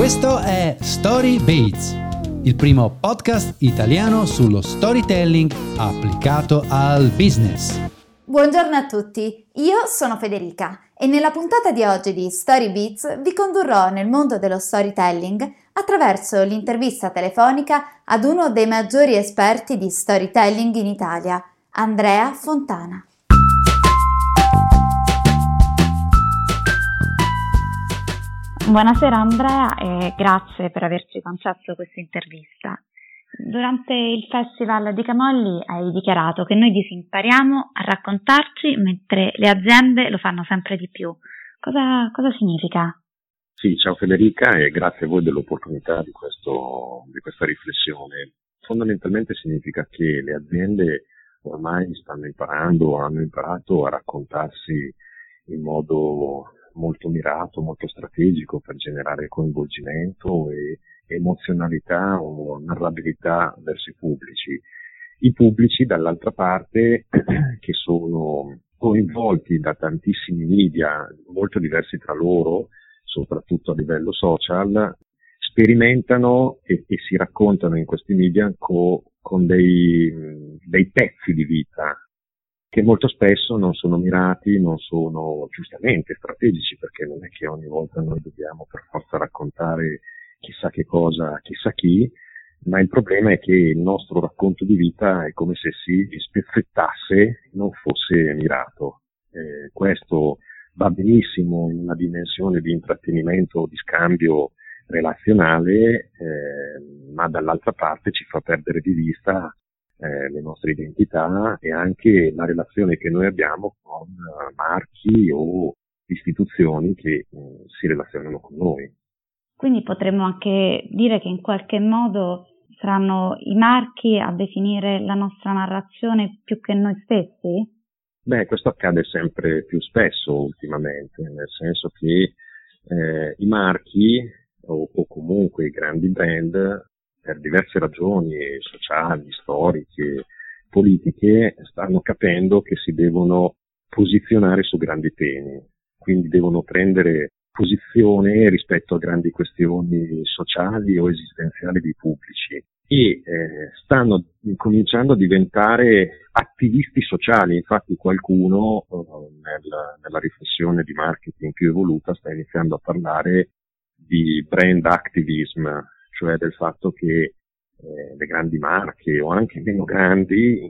Questo è Story Beats, il primo podcast italiano sullo storytelling applicato al business. Buongiorno a tutti, io sono Federica e nella puntata di oggi di Story Beats vi condurrò nel mondo dello storytelling attraverso l'intervista telefonica ad uno dei maggiori esperti di storytelling in Italia, Andrea Fontana. Buonasera Andrea e grazie per averci concesso questa intervista. Durante il Festival di Camogli hai dichiarato che noi disimpariamo a raccontarci mentre le aziende lo fanno sempre di più. Cosa significa? Sì, ciao Federica e grazie a voi dell'opportunità di questa riflessione. Fondamentalmente significa che le aziende ormai stanno imparando o hanno imparato a raccontarsi in modo molto mirato, molto strategico per generare coinvolgimento e emozionalità o narrabilità verso i pubblici. I pubblici dall'altra parte che sono coinvolti da tantissimi media molto diversi tra loro, soprattutto a livello social, sperimentano e si raccontano in questi media con dei pezzi di vita che molto spesso non sono mirati, non sono giustamente strategici, perché non è che ogni volta noi dobbiamo per forza raccontare chissà che cosa, chissà chi, ma il problema è che il nostro racconto di vita è come se si spezzettasse, non fosse mirato. Questo va benissimo in una dimensione di intrattenimento, di scambio relazionale, ma dall'altra parte ci fa perdere di vista le nostre identità e anche la relazione che noi abbiamo con marchi o istituzioni che si relazionano con noi. Quindi potremmo anche dire che in qualche modo saranno i marchi a definire la nostra narrazione più che noi stessi? Beh, questo accade sempre più spesso ultimamente, nel senso che i marchi o comunque i grandi brand, per diverse ragioni sociali, storiche, politiche, stanno capendo che si devono posizionare su grandi temi, quindi devono prendere posizione rispetto a grandi questioni sociali o esistenziali dei pubblici e stanno cominciando a diventare attivisti sociali. Infatti qualcuno nella riflessione di marketing più evoluta sta iniziando a parlare di brand activism, cioè del fatto che le grandi marche o anche meno grandi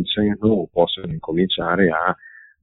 possono incominciare a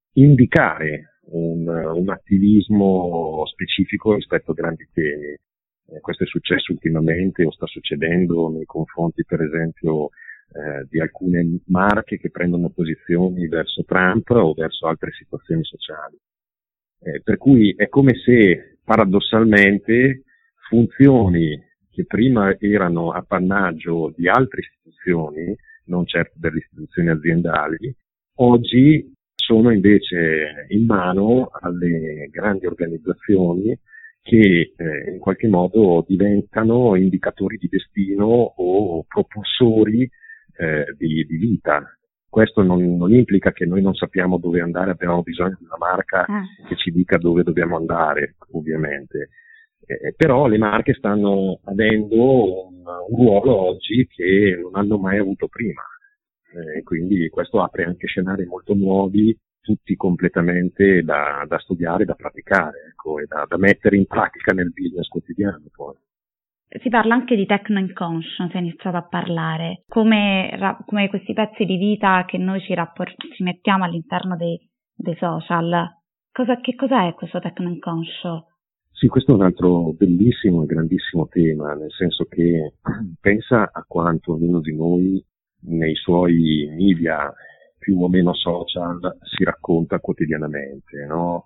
indicare un attivismo specifico rispetto a grandi temi. Questo è successo ultimamente o sta succedendo nei confronti per esempio di alcune marche che prendono posizioni verso Trump o verso altre situazioni sociali. Per cui è come se paradossalmente funzioni che prima erano appannaggio di altre istituzioni, non certo delle istituzioni aziendali, oggi sono invece in mano alle grandi organizzazioni che in qualche modo diventano indicatori di destino o propulsori di vita. Questo non implica che noi non sappiamo dove andare, abbiamo bisogno di una marca che ci dica dove dobbiamo andare, ovviamente. Però le marche stanno avendo un ruolo oggi che non hanno mai avuto prima, quindi questo apre anche scenari molto nuovi, tutti completamente da studiare, da praticare, ecco, e da mettere in pratica nel business quotidiano poi. Si parla anche di techno-inconscio, si è iniziato a parlare, come questi pezzi di vita che noi ci mettiamo all'interno dei social. Che cos'è questo techno-inconscio? Sì, questo è un altro bellissimo e grandissimo tema, nel senso che pensa a quanto ognuno di noi nei suoi media più o meno social si racconta quotidianamente, no?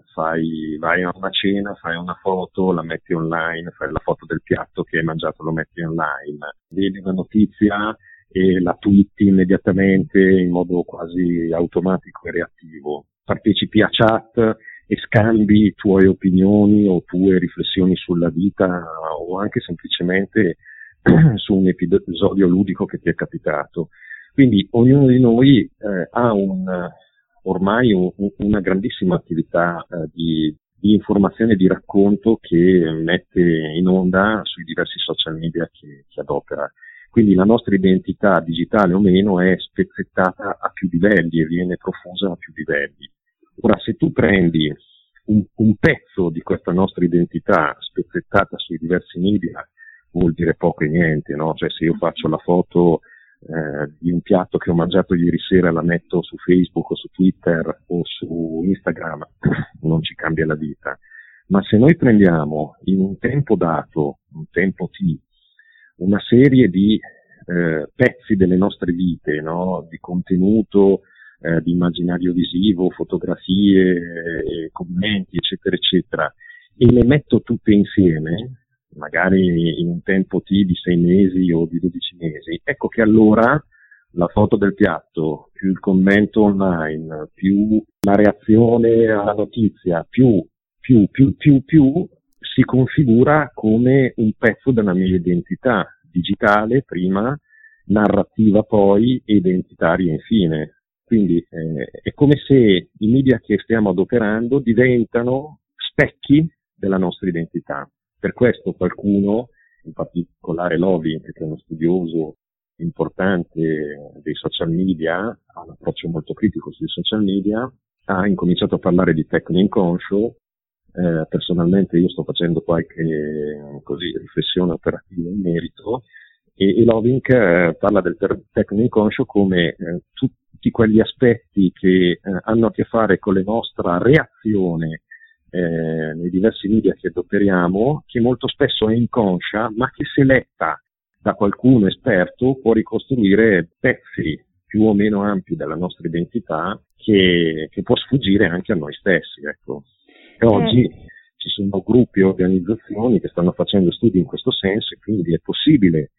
Vai a una cena, fai una foto, la metti online, fai la foto del piatto che hai mangiato, lo metti online, vedi una notizia e la twitti immediatamente in modo quasi automatico e reattivo, partecipi a chat e scambi tue opinioni o tue riflessioni sulla vita o anche semplicemente su un episodio ludico che ti è capitato. Quindi ognuno di noi ha ormai una grandissima attività di di informazione e di racconto che mette in onda sui diversi social media che adopera. Quindi la nostra identità, digitale o meno, è spezzettata a più livelli e viene profusa a più livelli. Ora, se tu prendi un pezzo di questa nostra identità spezzettata sui diversi media, vuol dire poco e niente, no? Cioè, se io faccio la foto di un piatto che ho mangiato ieri sera e la metto su Facebook o su Twitter o su Instagram, non ci cambia la vita. Ma se noi prendiamo in un tempo dato, un tempo T, una serie di pezzi delle nostre vite, no? Di contenuto, di immaginario visivo, fotografie, commenti, eccetera, eccetera, e le metto tutte insieme, magari in un tempo T di 6 mesi o di 12 mesi, ecco che allora la foto del piatto, più il commento online, più la reazione alla notizia, più si configura come un pezzo della mia identità digitale prima, narrativa poi, e identitaria infine. Quindi è come se i media che stiamo adoperando diventano specchi della nostra identità. Per questo qualcuno, in particolare Lovink, che è uno studioso importante dei social media, ha un approccio molto critico sui social media, ha incominciato a parlare di tecno inconscio. Personalmente io sto facendo qualche riflessione operativa in merito, e Lovink parla del tecno inconscio come tutti quegli aspetti che hanno a che fare con la nostra reazione nei diversi media che adoperiamo, che molto spesso è inconscia, ma che se letta da qualcuno esperto può ricostruire pezzi più o meno ampi della nostra identità che può sfuggire anche a noi stessi, ecco. E oggi ci sono gruppi e organizzazioni che stanno facendo studi in questo senso, e quindi è possibile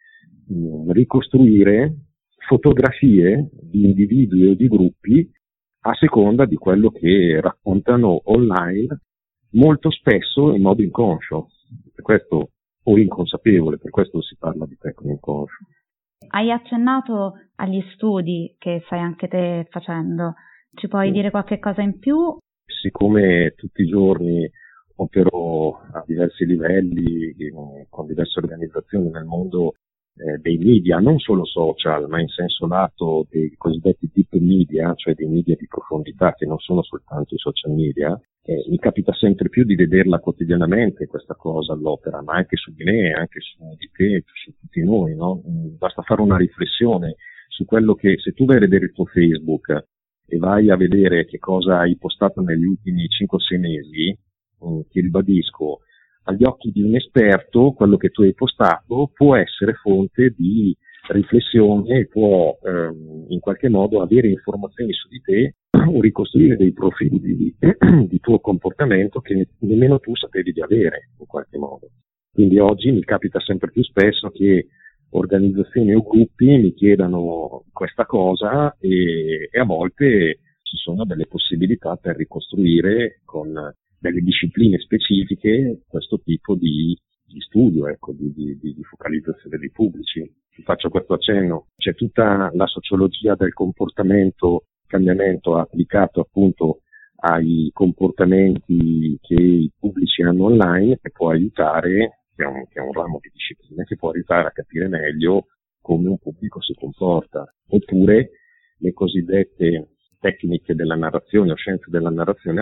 ricostruire fotografie di individui o di gruppi a seconda di quello che raccontano online, molto spesso in modo inconscio, per questo, o inconsapevole, per questo si parla di tecno inconscio. Hai accennato agli studi che stai anche te facendo, ci puoi dire qualche cosa in più? Siccome tutti i giorni opero a diversi livelli con diverse organizzazioni nel mondo dei media, non solo social, ma in senso lato dei cosiddetti deep media, cioè dei media di profondità che non sono soltanto i social media, mi capita sempre più di vederla quotidianamente questa cosa all'opera, ma anche su di me, anche su di te, su tutti noi, no? Basta fare una riflessione su quello che, se tu vai a vedere il tuo Facebook e vai a vedere che cosa hai postato negli ultimi 5-6 mesi, ti ribadisco, agli occhi di un esperto quello che tu hai postato può essere fonte di riflessione e può in qualche modo avere informazioni su di te o ricostruire dei profili di tuo comportamento che nemmeno tu sapevi di avere in qualche modo. Quindi oggi mi capita sempre più spesso che organizzazioni o gruppi mi chiedano questa cosa e a volte ci sono delle possibilità per ricostruire con delle discipline specifiche questo tipo di studio, ecco, di focalizzazione dei pubblici. Ti faccio questo accenno, c'è tutta la sociologia del comportamento, cambiamento applicato appunto ai comportamenti che i pubblici hanno online, che può aiutare, che è un ramo di disciplina, che può aiutare a capire meglio come un pubblico si comporta. Oppure le cosiddette tecniche della narrazione o scienze della narrazione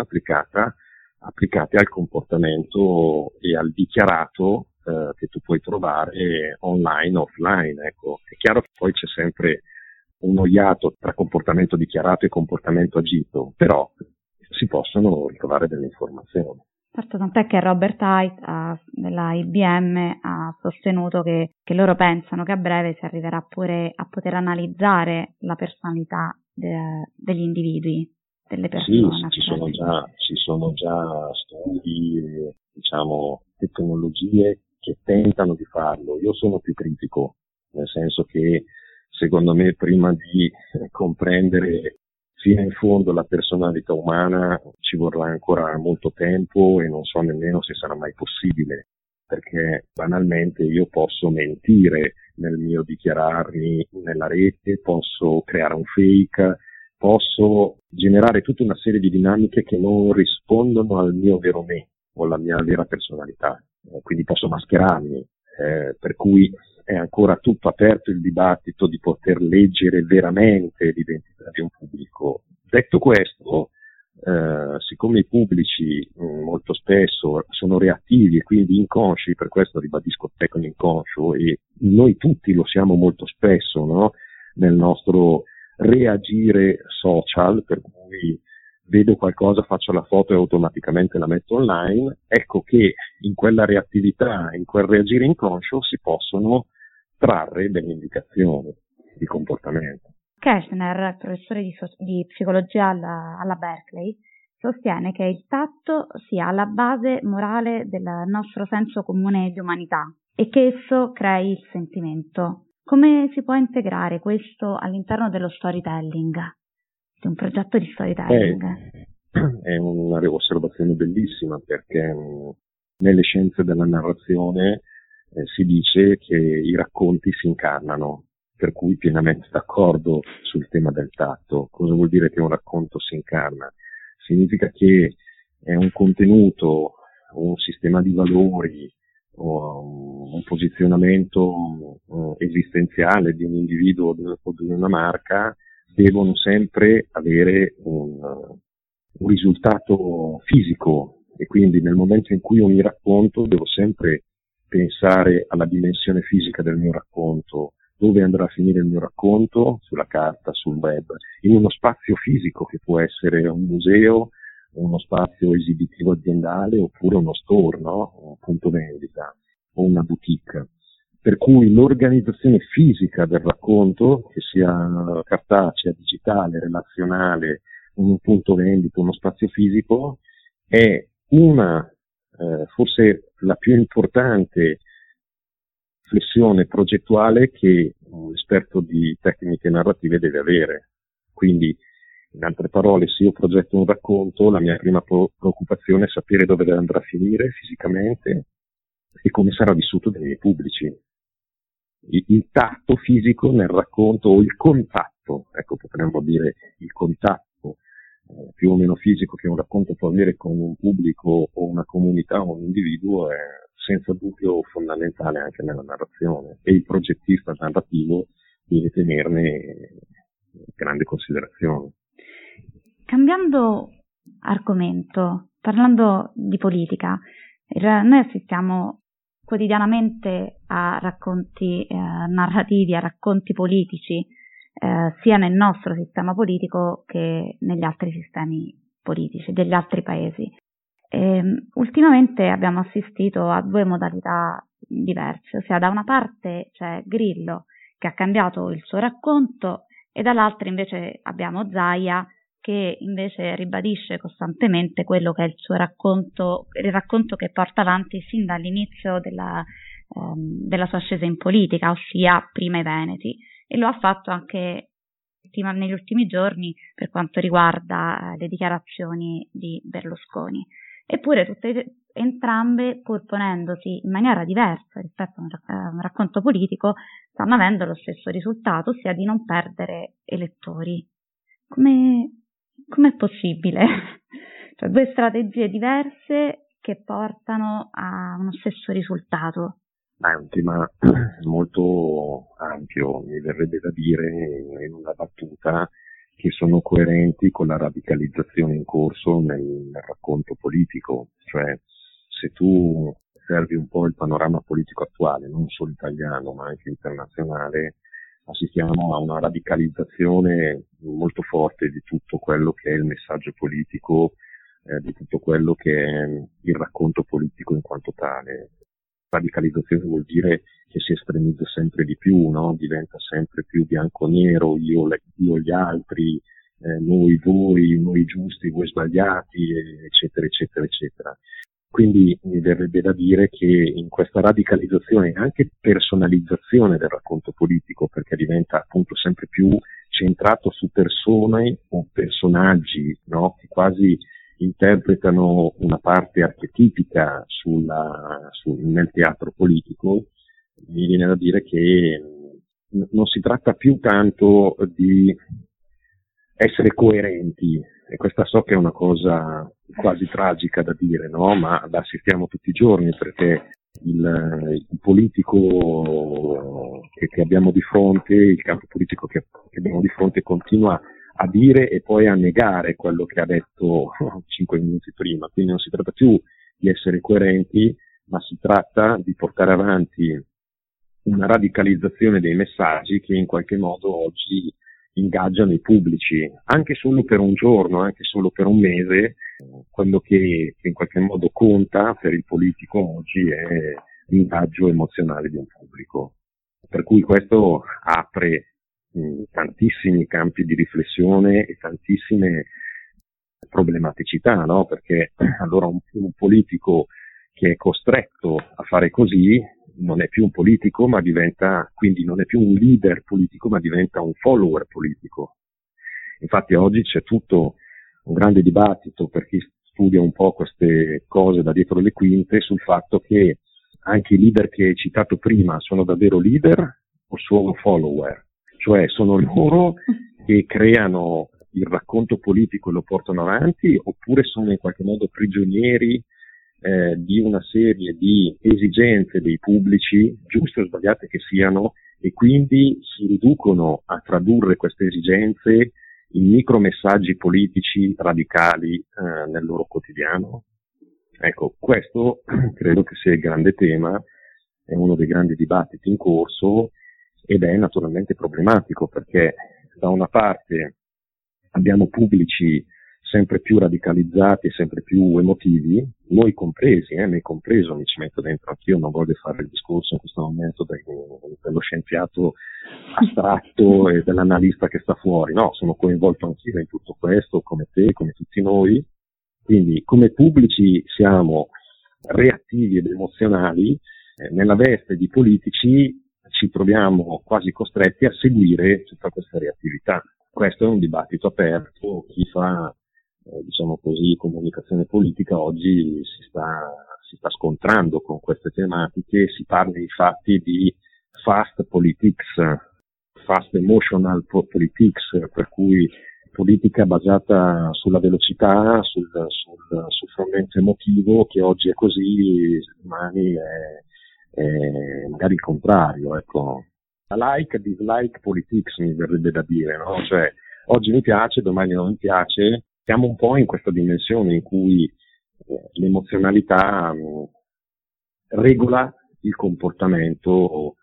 applicate al comportamento e al dichiarato che tu puoi trovare online o offline. Ecco, è chiaro che poi c'è sempre uno iato tra comportamento dichiarato e comportamento agito, però si possono ricavare delle informazioni. Certo, tant'è che Robert Haidt della IBM ha sostenuto che loro pensano che a breve si arriverà pure a poter analizzare la personalità degli individui, delle persone. Sì, ci sono già studi, tecnologie che tentano di farlo. Io sono più critico, nel senso che secondo me prima di comprendere fino in fondo la personalità umana ci vorrà ancora molto tempo e non so nemmeno se sarà mai possibile, perché banalmente io posso mentire nel mio dichiararmi nella rete, posso creare un fake, posso generare tutta una serie di dinamiche che non rispondono al mio vero me, o la mia vera personalità, quindi posso mascherarmi, per cui è ancora tutto aperto il dibattito di poter leggere veramente l'identità di un pubblico. Detto questo, siccome i pubblici molto spesso sono reattivi e quindi inconsci, per questo ribadisco tecnico inconscio, e noi tutti lo siamo molto spesso, no? Nel nostro reagire social, per cui vedo qualcosa, faccio la foto e automaticamente la metto online, ecco che in quella reattività, in quel reagire inconscio si possono trarre delle indicazioni di comportamento. Kershner, professore di psicologia alla Berkeley, sostiene che il tatto sia alla base morale del nostro senso comune di umanità e che esso crei il sentimento. Come si può integrare questo all'interno dello storytelling, di un progetto di storytelling? È una osservazione bellissima, perché nelle scienze della narrazione si dice che i racconti si incarnano, per cui pienamente d'accordo sul tema del tatto. Cosa vuol dire che un racconto si incarna? Significa che è un contenuto, un sistema di valori, o un posizionamento esistenziale di un individuo o di una marca devono sempre avere un risultato fisico, e quindi nel momento in cui io mi racconto devo sempre pensare alla dimensione fisica del mio racconto, dove andrà a finire il mio racconto, sulla carta, sul web, in uno spazio fisico che può essere un museo, uno spazio esibitivo aziendale, oppure uno store, no? Un punto vendita o una boutique. Per cui l'organizzazione fisica del racconto, che sia cartacea, digitale, relazionale, un punto vendita, uno spazio fisico, è una, forse la più importante flessione progettuale che un esperto di tecniche narrative deve avere. Quindi, in altre parole, se io progetto un racconto, la mia prima preoccupazione è sapere dove andrà a finire fisicamente e come sarà vissuto dai miei pubblici. Il tatto fisico nel racconto, o il contatto, ecco, potremmo dire il contatto più o meno fisico che un racconto può avere con un pubblico o una comunità o un individuo, è senza dubbio fondamentale anche nella narrazione, e il progettista narrativo deve tenerne grande considerazione. Cambiando argomento, parlando di politica, noi assistiamo quotidianamente a racconti narrativi, a racconti politici, sia nel nostro sistema politico che negli altri sistemi politici degli altri paesi. Ultimamente abbiamo assistito a due modalità diverse, ossia da una parte c'è Grillo che ha cambiato il suo racconto e dall'altra invece abbiamo Zaia che invece ribadisce costantemente quello che è il suo racconto, il racconto che porta avanti sin dall'inizio della sua ascesa in politica, ossia prima i Veneti, e lo ha fatto anche negli ultimi giorni per quanto riguarda le dichiarazioni di Berlusconi. Eppure entrambe, pur ponendosi in maniera diversa rispetto a un racconto politico, stanno avendo lo stesso risultato, ossia di non perdere elettori. Com'è possibile? Cioè, due strategie diverse che portano a uno stesso risultato. È un tema molto ampio, mi verrebbe da dire in una battuta che sono coerenti con la radicalizzazione in corso nel racconto politico. Cioè, se tu osservi un po' il panorama politico attuale, non solo italiano ma anche internazionale, assistiamo a una radicalizzazione molto forte di tutto quello che è il messaggio politico, di tutto quello che è il racconto politico in quanto tale. Radicalizzazione vuol dire che si estremizza sempre di più, no? Diventa sempre più bianco-nero, io gli altri, noi voi, noi giusti, voi sbagliati, eccetera, eccetera, eccetera. Quindi mi verrebbe da dire che in questa radicalizzazione e anche personalizzazione del racconto politico, perché diventa appunto sempre più centrato su persone o personaggi, no? Che quasi interpretano una parte archetipica nel teatro politico, mi viene da dire che non si tratta più tanto di essere coerenti E questa so che è una cosa quasi tragica da dire, no? Ma la assistiamo tutti i giorni, perché il politico che abbiamo di fronte, il campo politico che abbiamo di fronte continua a dire e poi a negare quello che ha detto 5 minuti prima. Quindi non si tratta più di essere coerenti, ma si tratta di portare avanti una radicalizzazione dei messaggi che in qualche modo oggi ingaggiano i pubblici, anche solo per un giorno, anche solo per un mese. Quello che in qualche modo conta per il politico oggi è l'ingaggio emozionale di un pubblico. Per cui questo apre tantissimi campi di riflessione e tantissime problematicità, no? Perché allora un politico che è costretto a fare così non è più un politico, ma quindi non è più un leader politico, ma diventa un follower politico. Infatti oggi c'è tutto un grande dibattito, per chi studia un po' queste cose da dietro le quinte, sul fatto che anche i leader che hai citato prima sono davvero leader o solo follower, cioè sono loro che creano il racconto politico e lo portano avanti, oppure sono in qualche modo prigionieri di una serie di esigenze dei pubblici, giuste o sbagliate che siano, e quindi si riducono a tradurre queste esigenze in micromessaggi politici radicali nel loro quotidiano. Ecco, questo credo che sia il grande tema, è uno dei grandi dibattiti in corso ed è naturalmente problematico, perché da una parte abbiamo pubblici sempre più radicalizzati e sempre più emotivi, noi compresi, me compreso, mi ci metto dentro anch'io, non voglio fare il discorso in questo momento dello scienziato astratto e dell'analista che sta fuori, no, sono coinvolto anch'io in tutto questo, come te, come tutti noi, quindi come pubblici siamo reattivi ed emozionali, nella veste di politici ci troviamo quasi costretti a seguire tutta questa reattività. Questo è un dibattito aperto, chi fa diciamo così, comunicazione politica oggi si sta scontrando con queste tematiche, si parla infatti di fast politics, fast emotional politics, per cui politica basata sulla velocità, sul frumento emotivo, che oggi è così, domani è magari il contrario, ecco. La dislike politics mi verrebbe da dire, no? Cioè, oggi mi piace, domani non mi piace. Siamo un po' in questa dimensione in cui l'emozionalità regola il comportamento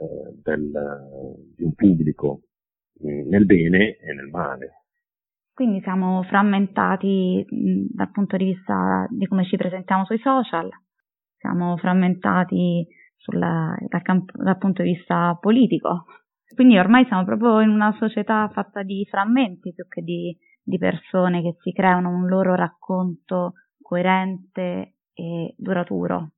di un pubblico, nel bene e nel male. Quindi siamo frammentati dal punto di vista di come ci presentiamo sui social, siamo frammentati dal punto di vista politico. Quindi ormai siamo proprio in una società fatta di frammenti più che di persone che si creano un loro racconto coerente e duraturo.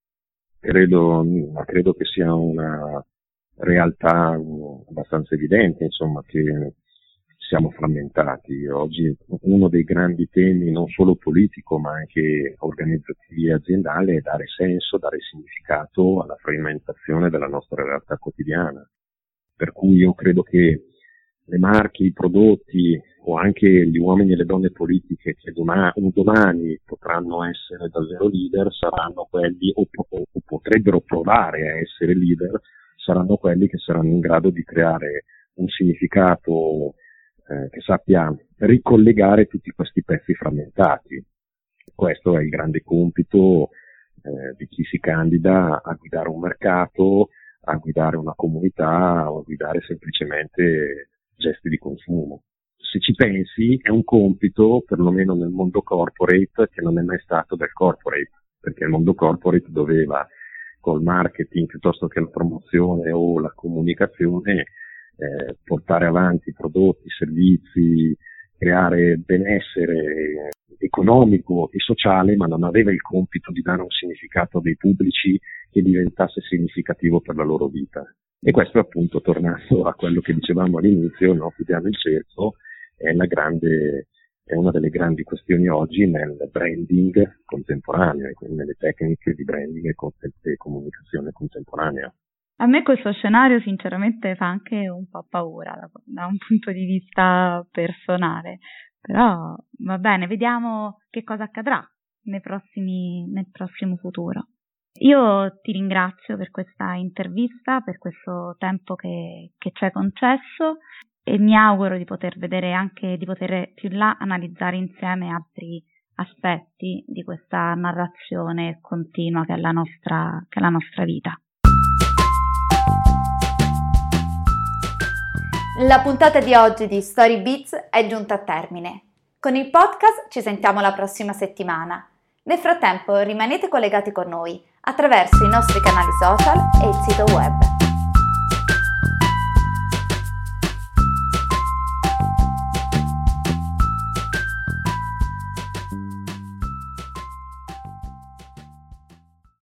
Credo che sia una realtà abbastanza evidente, insomma, che siamo frammentati. Oggi uno dei grandi temi, non solo politico, ma anche organizzativi e aziendali, è dare senso, dare significato alla frammentazione della nostra realtà quotidiana. Per cui io credo che le marche, i prodotti o anche gli uomini e le donne politiche che domani potranno essere davvero leader saranno quelli, o potrebbero provare a essere leader, saranno quelli che saranno in grado di creare un significato che sappia ricollegare tutti questi pezzi frammentati. Questo è il grande compito di chi si candida a guidare un mercato, a guidare una comunità o a guidare semplicemente gesti di consumo. Se ci pensi, è un compito, perlomeno nel mondo corporate, che non è mai stato del corporate, perché il mondo corporate doveva, col marketing piuttosto che la promozione o la comunicazione, portare avanti prodotti, servizi, creare benessere economico e sociale, ma non aveva il compito di dare un significato dei pubblici che diventasse significativo per la loro vita. E questo, appunto, tornando a quello che dicevamo all'inizio, no? Chiudiamo il cerchio, è una delle grandi questioni oggi nel branding contemporaneo, e quindi nelle tecniche di branding e comunicazione contemporanea. A me questo scenario sinceramente fa anche un po' paura da un punto di vista personale, Però va bene, vediamo che cosa accadrà nel prossimo futuro. Io ti ringrazio per questa intervista, per questo tempo che ci hai concesso, e mi auguro di poter vedere anche, di poter più là analizzare insieme altri aspetti di questa narrazione continua che è la nostra vita. La puntata di oggi di Story Beats è giunta a termine. Con il podcast ci sentiamo la prossima settimana. Nel frattempo rimanete collegati con noi attraverso i nostri canali social e il sito web.